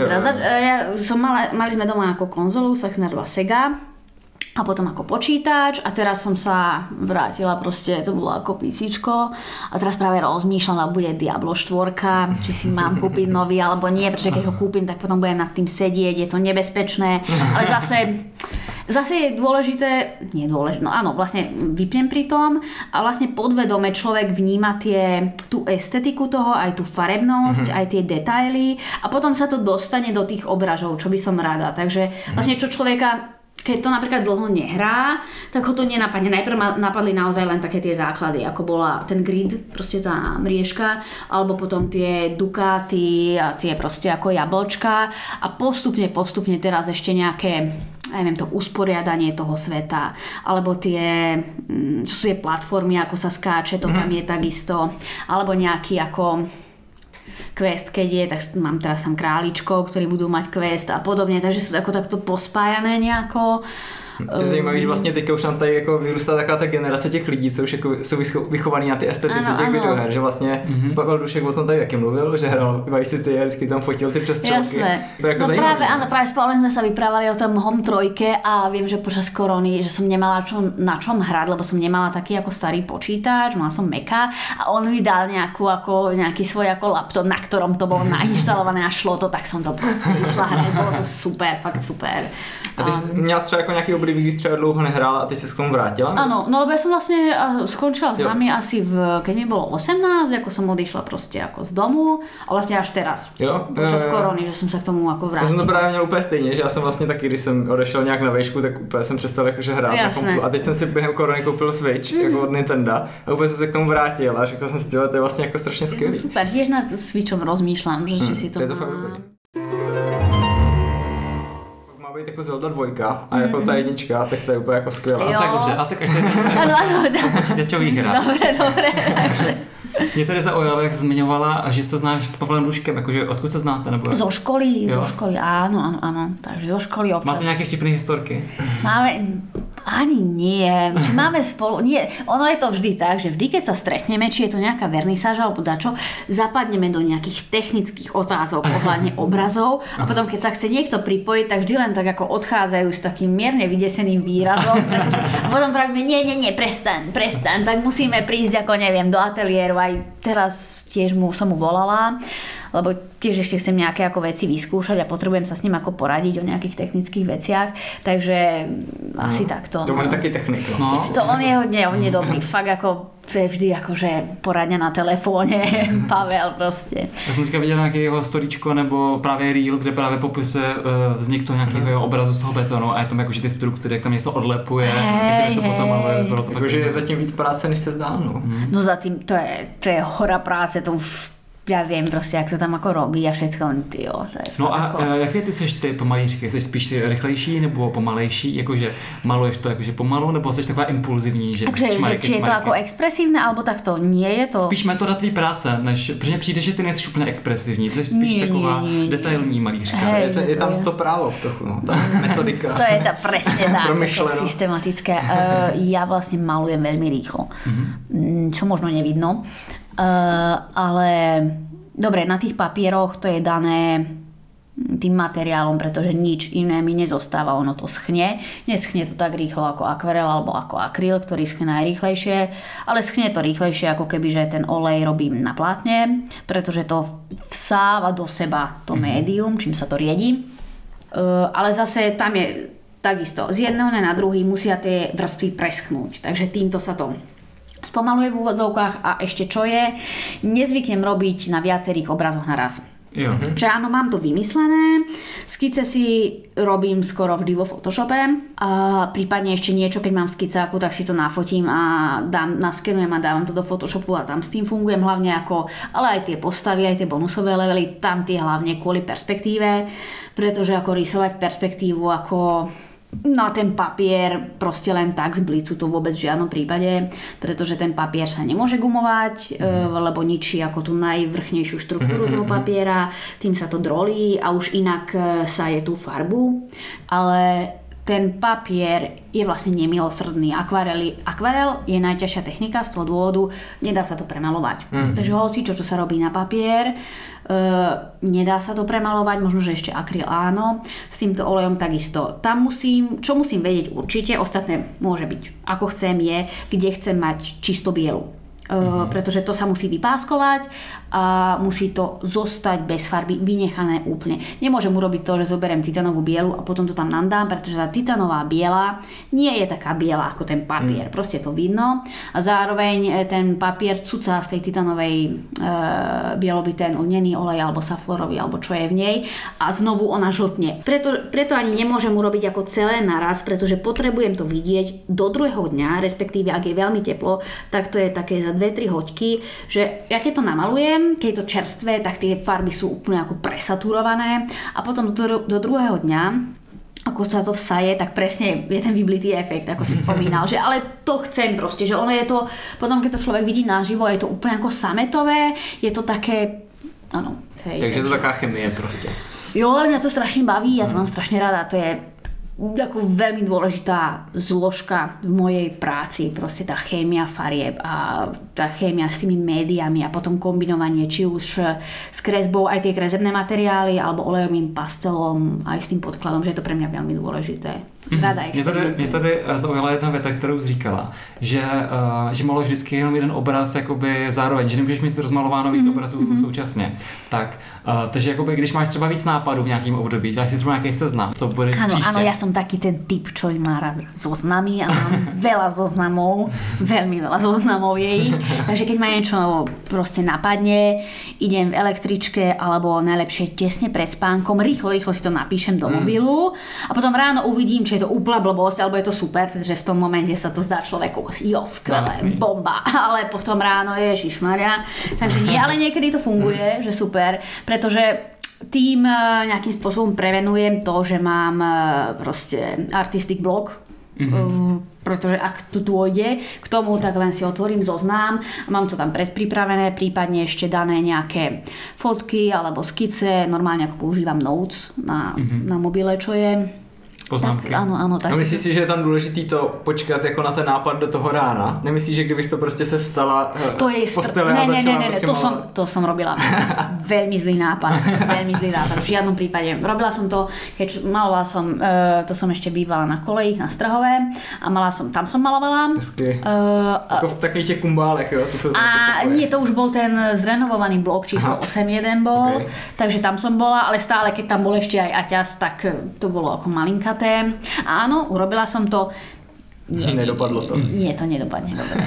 Mali sme doma ako konzolu, sa narodila Sega a potom ako počítač a teraz som sa vrátila proste, to bolo ako PCčko a teraz práve rozmýšľam, bude Diablo 4, či si mám kúpiť nový alebo nie, pretože keď ho kúpim, tak potom budem nad tým sedieť, je to nebezpečné, ale zase je dôležité, áno, vlastne vypnem pri tom a vlastne podvedome človek vníma tú estetiku toho, aj tú farebnosť, aj tie detaily a potom sa to dostane do tých obrazov, čo by som rada. Takže vlastne čo človeka, keď to napríklad dlho nehrá, tak ho to nenapadne. Najprv ma napadli naozaj len také tie základy, ako bola ten grid, proste tá mriežka, alebo potom tie dukáty a tie proste ako jablčka a postupne teraz ešte nejaké, neviem, to usporiadanie toho sveta, alebo tie, čo sú tie platformy, ako sa skáče, to tam je takisto, alebo nejaký ako quest, keď je, tak mám teraz tam králičkov, ktorí budú mať quest a podobne, takže sú ako takto pospájané nejako To je zajímavé, že vlastně teďka už nám tady jako vyrůstá taková ta generace těch lidí, co už jako jsou vychovaní na ty estetice těch videoher, že vlastně Pavel Dušek o tom tady taky mluvil, že hrál Vice City a vždycky tam fotil ty přestřelky. Jasné. To je jako no zajímavé. práve s Pavlom sme sa vyprávali o tom Home 3 a viem, že počas korony, že som nemala na čom hrať, lebo som nemala taký ako starý počítač, mala som Maca a on mi dal nejaký svoj ako laptop, na ktorom to bolo nainštalované a šlo to, tak som to proste išla hrať, bolo to super, fakt super. A ty jsi měla třeba jako nějaký oblibí, když třeba dlouho nehrála a ty se k tomu vrátila? Áno, no lebo ja som vlastne skončila s nami asi keď mi bolo 18, ako som odišla proste ako z domu a vlastne až teraz. Jo? Počas korony, že som sa k tomu ako vrátila. Já jsem to právě měl úplně stejně, že já jsem vlastně taky, když jsem odešel nějak na vejšku, tak úplně jsem přestal jakože hrát na kompu. A teď jsem si během korony koupil Switch jako od Nintendo a úplně jsem se k tomu vrátil a řekl jsem si, to je vlastně jako strašně skvělý. Je to super, tiež nad Switchom rozmýšľam, že či si to fakt dobrý. Má být jako Zelda 2 a jako ta jednička, tak to je úplně jako skvělá. A tak dobře, a tak až tady počítačový hra. Dobre. Mě tady zaujalo, jak zmiňovala, že se znáš s Pavlem Duškem, jakože odkud se znáte? Nebo... Zo školy, áno. Takže zo školy občas. Máte nějaké vtipné historky? Máme, ani nie. Máme spolu, nie. Ono je to vždy tak, že vždy, keď sa stretneme, či je to nejaká vernisáž alebo dačo, zapadneme do nejakých technických otázok ohľadne obrazov a potom, keď sa chce niekto pripojiť, tak vždy len tak ako odchádzajú s takým mierne vydeseným výrazom, pretože a potom pravíme, nie, prestaň, tak musíme prísť ako neviem do ateliéru. Aj teraz tiež som mu volala, lebo tiež ešte chcem nejaké ako veci vyskúšať a potrebujem sa s ním ako poradiť o nejakých technických veciach, takže asi takto. To má taky technik. No. To on je dobrý, fakt ako to je vždy akože poradňa na telefóne, Pavel prostě. Já jsem teďka viděl nějaké jeho storíčko nebo právě reel, kde právě popisuje vznik toho nějakého jeho obrazu z toho betonu a je tam jakože ty struktury, jak tam něco odlepuje, jak něco potom maluje. Jakože je zatím víc práce, než se zdá, no. No zatím to je hora práce, to už já vím prostě, jak se tam jako robí a všechno, tyjo. No a jako... jaké ty seš ty pomalířky? Jsi spíš rychlejší nebo pomalejší? Jakože maluješ to jakože pomalu, nebo jsi taková impulzivní? Že takže či je to jako expresívne, alebo takto nie je to? Spíš metoda tvý práce, než, protože mně přijde, že ty nejsi úplně expresivní, jsi spíš taková detailní malířka. Hej, je tam to právo v trochu, no, ta metodika. To je to presne tak, promyšleno. Systematické. Ja vlastne malujem veľmi rýchlo, čo možno nevidno. Ale dobre, na tých papieroch to je dané tým materiálom, pretože nič iné mi nezostáva, ono to schne. Neschne to tak rýchlo ako akvarel alebo ako akryl, ktorý schne najrýchlejšie, ale schne to rýchlejšie, ako keby, že ten olej robím na plátne, pretože to vsáva do seba to médium, čím sa to riedi. Ale zase tam je takisto, z jedného na druhý musia tie vrstvy preschnúť, takže týmto sa to spomaluje v úvodzovkách a ešte čo je, nezvyknem robiť na viacerých obrazoch naraz. Jo. Že áno, mám to vymyslené, skice si robím skoro vždy vo Photoshope a prípadne ešte niečo, keď mám skicáku, tak si to nafotím a naskenujem a dávam to do Photoshopu a tam s tým fungujem hlavne ako, ale aj tie postavy, aj tie bonusové levely, tam tie hlavne kvôli perspektíve, pretože ako rysovať perspektívu ako na ten papier proste len tak z blicu to vôbec v žiadnom prípade, pretože ten papier sa nemôže gumovať, lebo ničí ako tú najvrchnejšiu štruktúru toho papiera, tým sa to drolí a už inak saje tú farbu, ale ten papier je vlastne nemilosrdný. Akvarel je najťažšia technika z toho dôvodu, nedá sa to premalovať. Takže hoci čo sa robí na papier, nedá sa to premalovať, možno, že ešte akryl áno, s týmto olejom takisto. Tam čo musím vedieť určite, ostatné môže byť ako chcem je, kde chcem mať čisto bielu. Pretože to sa musí vypáskovať a musí to zostať bez farby vynechané úplne. Nemôžem urobiť to, že zoberiem titanovú bielu a potom to tam nandám, pretože tá titanová biela nie je taká biela ako ten papier. Proste to vidno a zároveň ten papier cucá z tej titanovej bielobiten lnený olej alebo saflorový alebo čo je v nej a znovu ona žltne. Preto ani nemôžem urobiť ako celé naraz, pretože potrebujem to vidieť do druhého dňa, respektíve ak je veľmi teplo, tak to je také za 2-3 hoďky, že ja keď to namalujem, keď je to čerstvé, tak tie farby sú úplne ako presaturované a potom do druhého dňa, ako sa to vsaje, tak presne je ten vyblitý efekt, ako si spomínal, že ale to chcem proste, že ono je to, potom keď to človek vidí naživo, je to úplne ako sametové, je to také, áno. Takže je to taká chemie proste. Jo, ale mňa to strašne baví, ja to mám strašne rada, to je ako veľmi dôležitá zložka v mojej práci, proste tá chémia farieb a tá chémia s tými médiami a potom kombinovanie či už s kresbou aj tie kresebné materiály alebo olejovým pastelom aj s tým podkladom, že je to pre mňa veľmi dôležité. Rada Mě tady zaujala jedna věta, kterou jsi říkala, že maluješ vždycky jenom jeden obraz jakoby zároveň, že nemůžeš mít rozmalováno víc obrazů současně. Tak, takže jakoby, když máš třeba víc nápadů v nějakém období, dáš si třeba nějaký seznam, co bude příště. Áno, ja som taký ten typ, čo má rád zoznamy a mám veľa zoznamov, veľmi veľa zoznamov je ich. Takže keď ma niečo proste napadne, idem v električke alebo najlepšie tesne pred spánkom, rýchlo si to napíšem do mobilu a potom ráno uvidím, či je to úplná blbosť, alebo je to super, pretože v tom momente sa to zdá človeku, jo, skvelé, bomba, ale potom ráno ježišmaria. Takže nie, ale niekedy to funguje, že super, pretože tým nejakým spôsobom prevenujem to, že mám proste artistic block, pretože ak tu dôjde k tomu, tak len si otvorím zoznam a mám to tam predpripravené, prípadne ešte dané nejaké fotky alebo skice, normálne ako používam notes na mobile, čo je poznámky. Tak, ano, tak. A myslíš si, že je tam důležitý to počkat jako na ten nápad do toho rána? Nemyslíš, že kdybys to prostě se vstala z postele a začala prostě to som robila. Veľmi zlý nápad. V žiadnom prípade. Robila som to, keď malovala som, to som ešte bývala na kolejích na Strahové a tam som malovala. Jako v takových těch kumbálech, jo? Nie, to už bol ten zrenovovaný blok číslo 8.1 bol, takže tam som bola, ale stále, keď tam bol ešte aj Aťas, tak to bolo ako malinkaté. A áno, urobila som to. Nedopadlo to. Nie, to nedopadne dobre.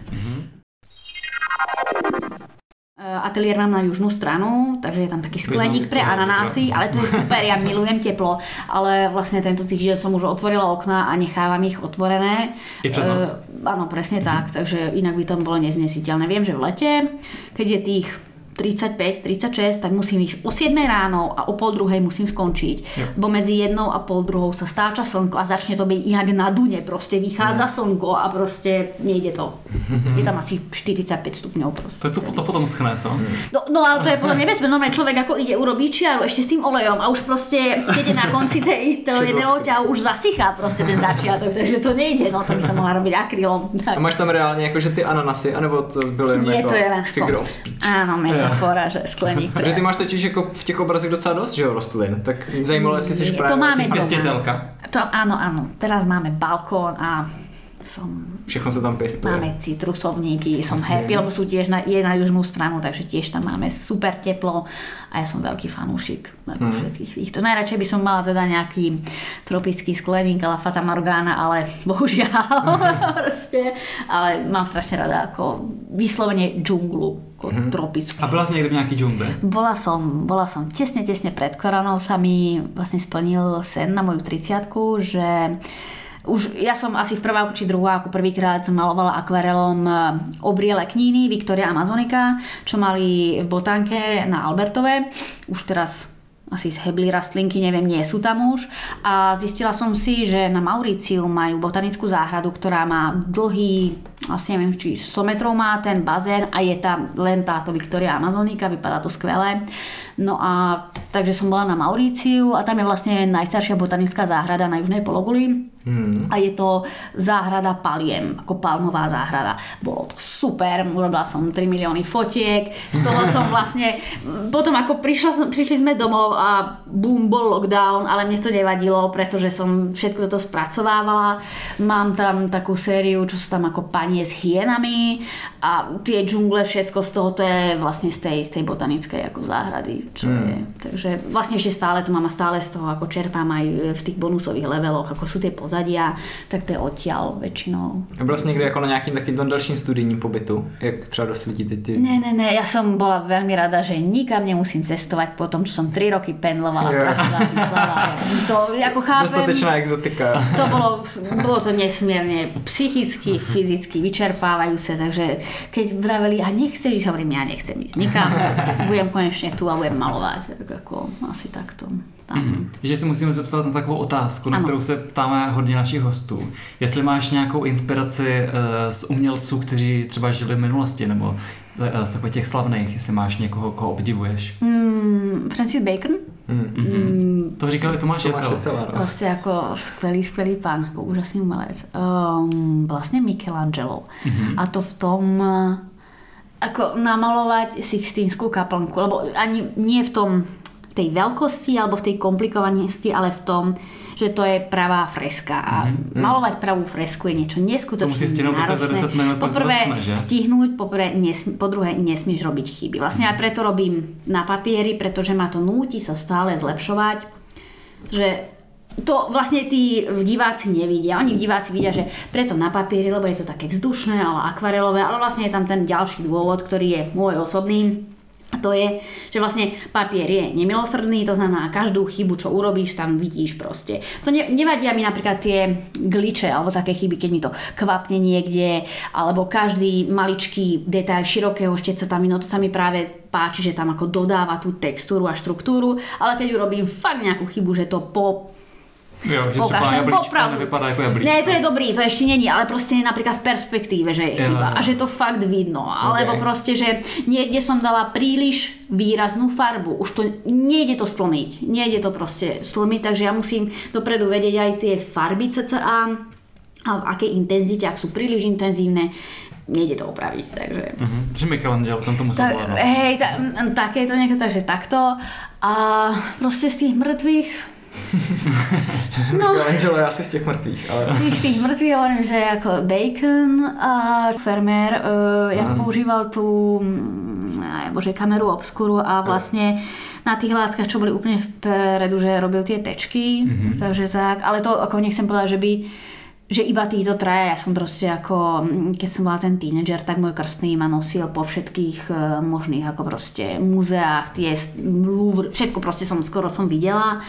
Ateliér mám na južnú stranu, takže je tam taký skleník pre ananásy, ale to je super, ja milujem teplo, ale vlastne tento týždeň som už otvorila okná a nechávam ich otvorené. I přes noc? Áno, presne tak, takže inak by to bolo neznesiteľné. Viem, že v lete, keď je tých 35, 36, tak musím ísť o 7 ráno a o 12:30 musím skončiť. Bo medzi 1 a 12:30 sa stáča slnko a začne to byť jak na dune, proste vychádza slnko a proste nejde to. Je tam asi 45 stupňov proste. To potom schne, co? No ale to je potom nebezpečné. Normálne človek ako ide urobiť čiaru ešte s tým olejom a už proste, keď je na konci toho jedného ťahu, už zasychá proste ten začiatok, takže to nejde. No to by sa mohla robiť akrylom. A máš tam reálne akože ty ananasy, anebo to bylo jen jako figure of speech? Áno, metafora, že skleník. Protože ty máš totiž jako v těch obrazech docela dost, že jo, rostlin. Tak zajímalo, jestli jsi to máme pěstitelka. To áno. Teraz máme balkón a všechno sa tam pestuje. Máme citrusovníky, som happy, lebo sú tiež je na južnú stranu, takže tiež tam máme super teplo a ja som veľký fanúšik všetkých týchto. Najradšej by som mala teda nejaký tropický skleník a la Fata Morgana, ale bohužiaľ proste, ale mám strašne rada ako vyslovene džunglu, ako tropickú. A byla jsi někdy v nějaký džungli? Bola som tesne pred koronou sa mi vlastne splnil sen na moju 30-ku, že ja som asi v prváku či druháku prvýkrát malovala akvarelom obriele kníny Victoria Amazonica, čo mali v Botánke na Albertove. Už teraz asi zhebli rastlinky, neviem, nie sú tam už. A zistila som si, že na Mauriciu majú botanickú záhradu, ktorá má dlhý, asi neviem, či 100 metrov má ten bazén a je tam len táto Victoria Amazonica, vypadá to skvelé. No a takže som bola na Mauriciu a tam je vlastne najstaršia botanická záhrada na južnej pologuli. A je to záhrada paliem, ako palmová záhrada. Bolo to super, urobila som 3 milióny fotiek, z toho som vlastne, potom ako prišli sme domov a boom, bol lockdown, ale mne to nevadilo, pretože som všetko toto spracovávala. Mám tam takú sériu, čo sú tam ako panie s hyenami a tie džungle, všetko z toho, to je vlastne z tej botanickej ako záhrady, čo je. Takže vlastne ešte stále to mám a stále z toho ako čerpám aj v tých bonusových leveloch, ako sú tie pozadia, tak to je odtiaľ väčšinou. A byla jsi někdy jako na nějakým takým dalším studijním pobytu? Jak třeba dost lidí ty? Ne, ja som bola veľmi rada, že nikam nemusím cestovať po tom, čo som 3 roky pendlovala Praha, Bratislava. To ako chápem. Dostatečná exotika. To bolo to nesmierne psychicky, fyzicky vyčerpávajúce, takže keď vraveli, a nechceš ísť, hovorím, ja nechcem ísť nikam. Budem konečne tu a budem malovať. Tak ako asi takto. Že si musíme zeptat na takovou otázku, na kterou se ptáme hodně našich hostů. Jestli máš nějakou inspiraci z umělců, kteří třeba žili v minulosti, nebo z takových těch slavných, jestli máš někoho, koho obdivuješ? Francis Bacon. To říkal i Tomáš Jetela. No. Prostě jako skvělý pán, jako úžasný umelec. Vlastně Michelangelo. A to v tom ako namalovať Sixtínsku kaplnku, lebo ani nie v tom v tej veľkosti alebo v tej komplikovanosti, ale v tom, že to je pravá freska a malovať pravú fresku je niečo neskutočne náročné. Poprvé stihnúť, po druhé nesmieš robiť chyby. Vlastne aj preto robím na papieri, pretože ma to núti sa stále zlepšovať, že to vlastne tí diváci nevidia. Oni diváci vidia, že preto na papieri, lebo je to také vzdušné, ale akvarelové, ale vlastne je tam ten ďalší dôvod, ktorý je môj osobný. A to je, že vlastne papier je nemilosrdný, to znamená každú chybu, čo urobíš, tam vidíš proste. To nevadia mi napríklad tie gliče alebo také chyby, keď mi to kvapne niekde, alebo každý maličký detail širokého šteca tam, no to sa mi práve páči, že tam ako dodáva tú textúru a štruktúru, ale keď urobím fakt nejakú chybu, že to jo, že třeba jablíčko nevypadá jako jablíčko. Ne, to je dobrý, to ještě není, ale prostě například v perspektíve, že je chyba a že to fakt vidno. Alebo prostě, že někde som dala príliš výraznú farbu. Už to nejde to stlmiť. Nejde to prostě stlmiť, takže ja musím dopredu vedieť aj tie farby cca a v akej intenzite, ak sú príliš intenzívne, nejde to opraviť, takže... Takže Michelangelo, tam to musel zvládnout. Hej, také to někdo, takže takto. A prostě z tých mŕtvych Michelangelo je asi z těch mrtvých, ale... Z těch mrtvých hovorím, že jako Bacon a Vermeer, jak používal tu kameru obskuru a vlastně na těch látkách, čo byly úplně vpredu, že robil tie tečky, takže tak, ale to ako nechcem povedať, že iba títo traja, ja som proste ako, keď som bola ten teenager, tak môj krstný ma nosil po všetkých možných ako proste muzeách, Louvre, všetko proste skoro som videla.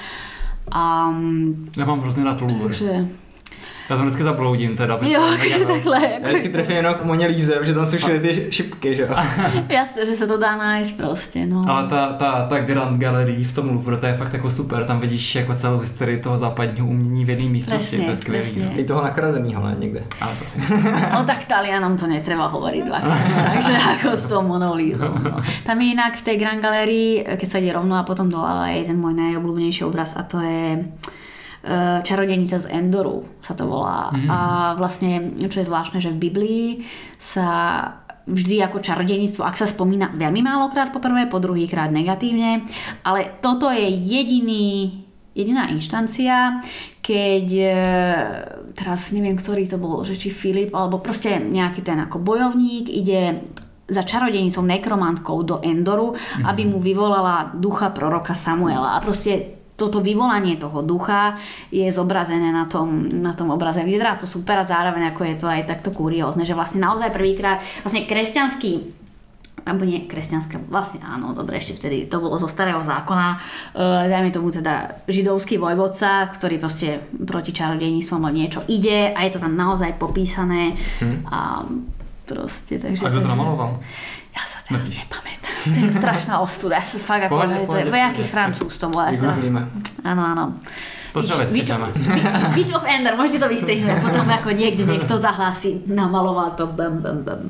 Já mám hrozně rád Louvre. Takže... Já to vždycky zabloudím teda. Jo, takže takhle. Já vždycky trefím jenom k Moně Líze, že tam jsou všude ty šipky, že jo. Jasně, že se to dá najít prostě, no. Ale ta Grand Gallery v tom Louvre, to je fakt jako super, tam vidíš jako celou historii toho západního umění v jedné místnosti, to je skvělý. I toho nakradenýho, ne, někde. Ale prosím. No tak Talianom to netreba hovoriť dvakrát, takže ako s tou Monou Lízou. No. Tam je inak v tej Grand Gallery, keď sa ide rovno a potom doľava, je jeden môj najobľúbenejší obraz a to je Čarodejnica z Endoru sa to volá. A vlastne, čo je zvláštne, že v Biblii sa vždy ako čarodejníctvo, ak sa spomína veľmi málokrát po prvé, po druhýkrát negatívne, ale toto je jediná inštancia, keď teraz neviem, ktorý to bol, že či Filip, alebo proste nejaký ten ako bojovník ide za čarodejnicou nekromantkou do Endoru, aby mu vyvolala ducha proroka Samuela. A proste toto vyvolanie toho ducha je zobrazené na tom obraze. Vyzerá to super a zároveň ako je to aj takto kuriózne, že vlastne naozaj prvýkrát vlastne kresťanský, alebo nie kresťanské, vlastne áno, dobre, ešte vtedy to bolo zo starého zákona, dajme tomu teda židovský vojvodca, ktorý proste proti čarodejníctvom niečo ide a je to tam naozaj popísané a proste, takže... A kto to namaloval? Ja sa teraz nepamätám. To je strašná ostuda. Fakt ako nejaký Francúz to bol. Áno. Potřeba vystřikáme. Witch of Endor, môžete to vystrihnúť a potom ako niekde niekto zahlásí, namaloval to bam.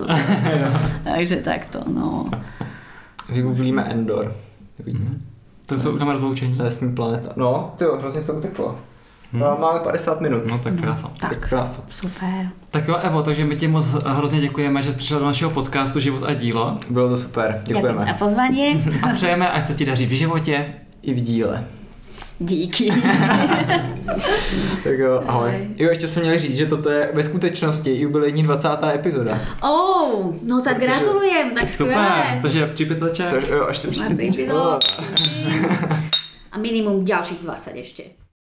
Takže takto, no. Vygooglíme Endor. To jsou tam rozloučení. Lesní planeta. No, tyjo, hrozně co uteklo. No, máme 50 minut. No tak krása. Tak krása. Super. Tak jo, Evo, takže my ti moc hrozně děkujeme, že jsi přišel do našeho podcastu Život a dílo. Bylo to super, děkujeme. Ďakujem za pozvanie. A přejeme, ať se ti daří v životě. I v díle. Díky. Tak jo, ahoj. Jo, ještě jsme měli říct, že toto je ve skutečnosti jubilejní 20. epizoda. No tak gratulujem, tak skvěle. Super, takže připytleče. Jo, ještě připytleče. A minimum ďalších 20 ešte.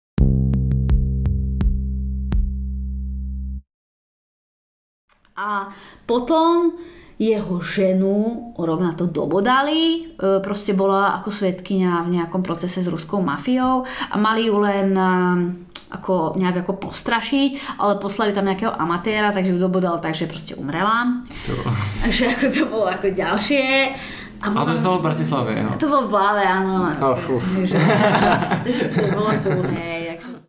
A potom jeho ženu o rok na to dobodali, proste bola ako svedkyňa v nejakom procese s ruskou mafiou a mali ju len nejak postrašiť, ale poslali tam nejakého amatéra, takže ju dobodal tak, že proste umrela. Takže ako to bolo ako ďalšie. A to stalo v Bratislavě, jo? To bolo v Blave, áno. Takže to bolo tu, hej.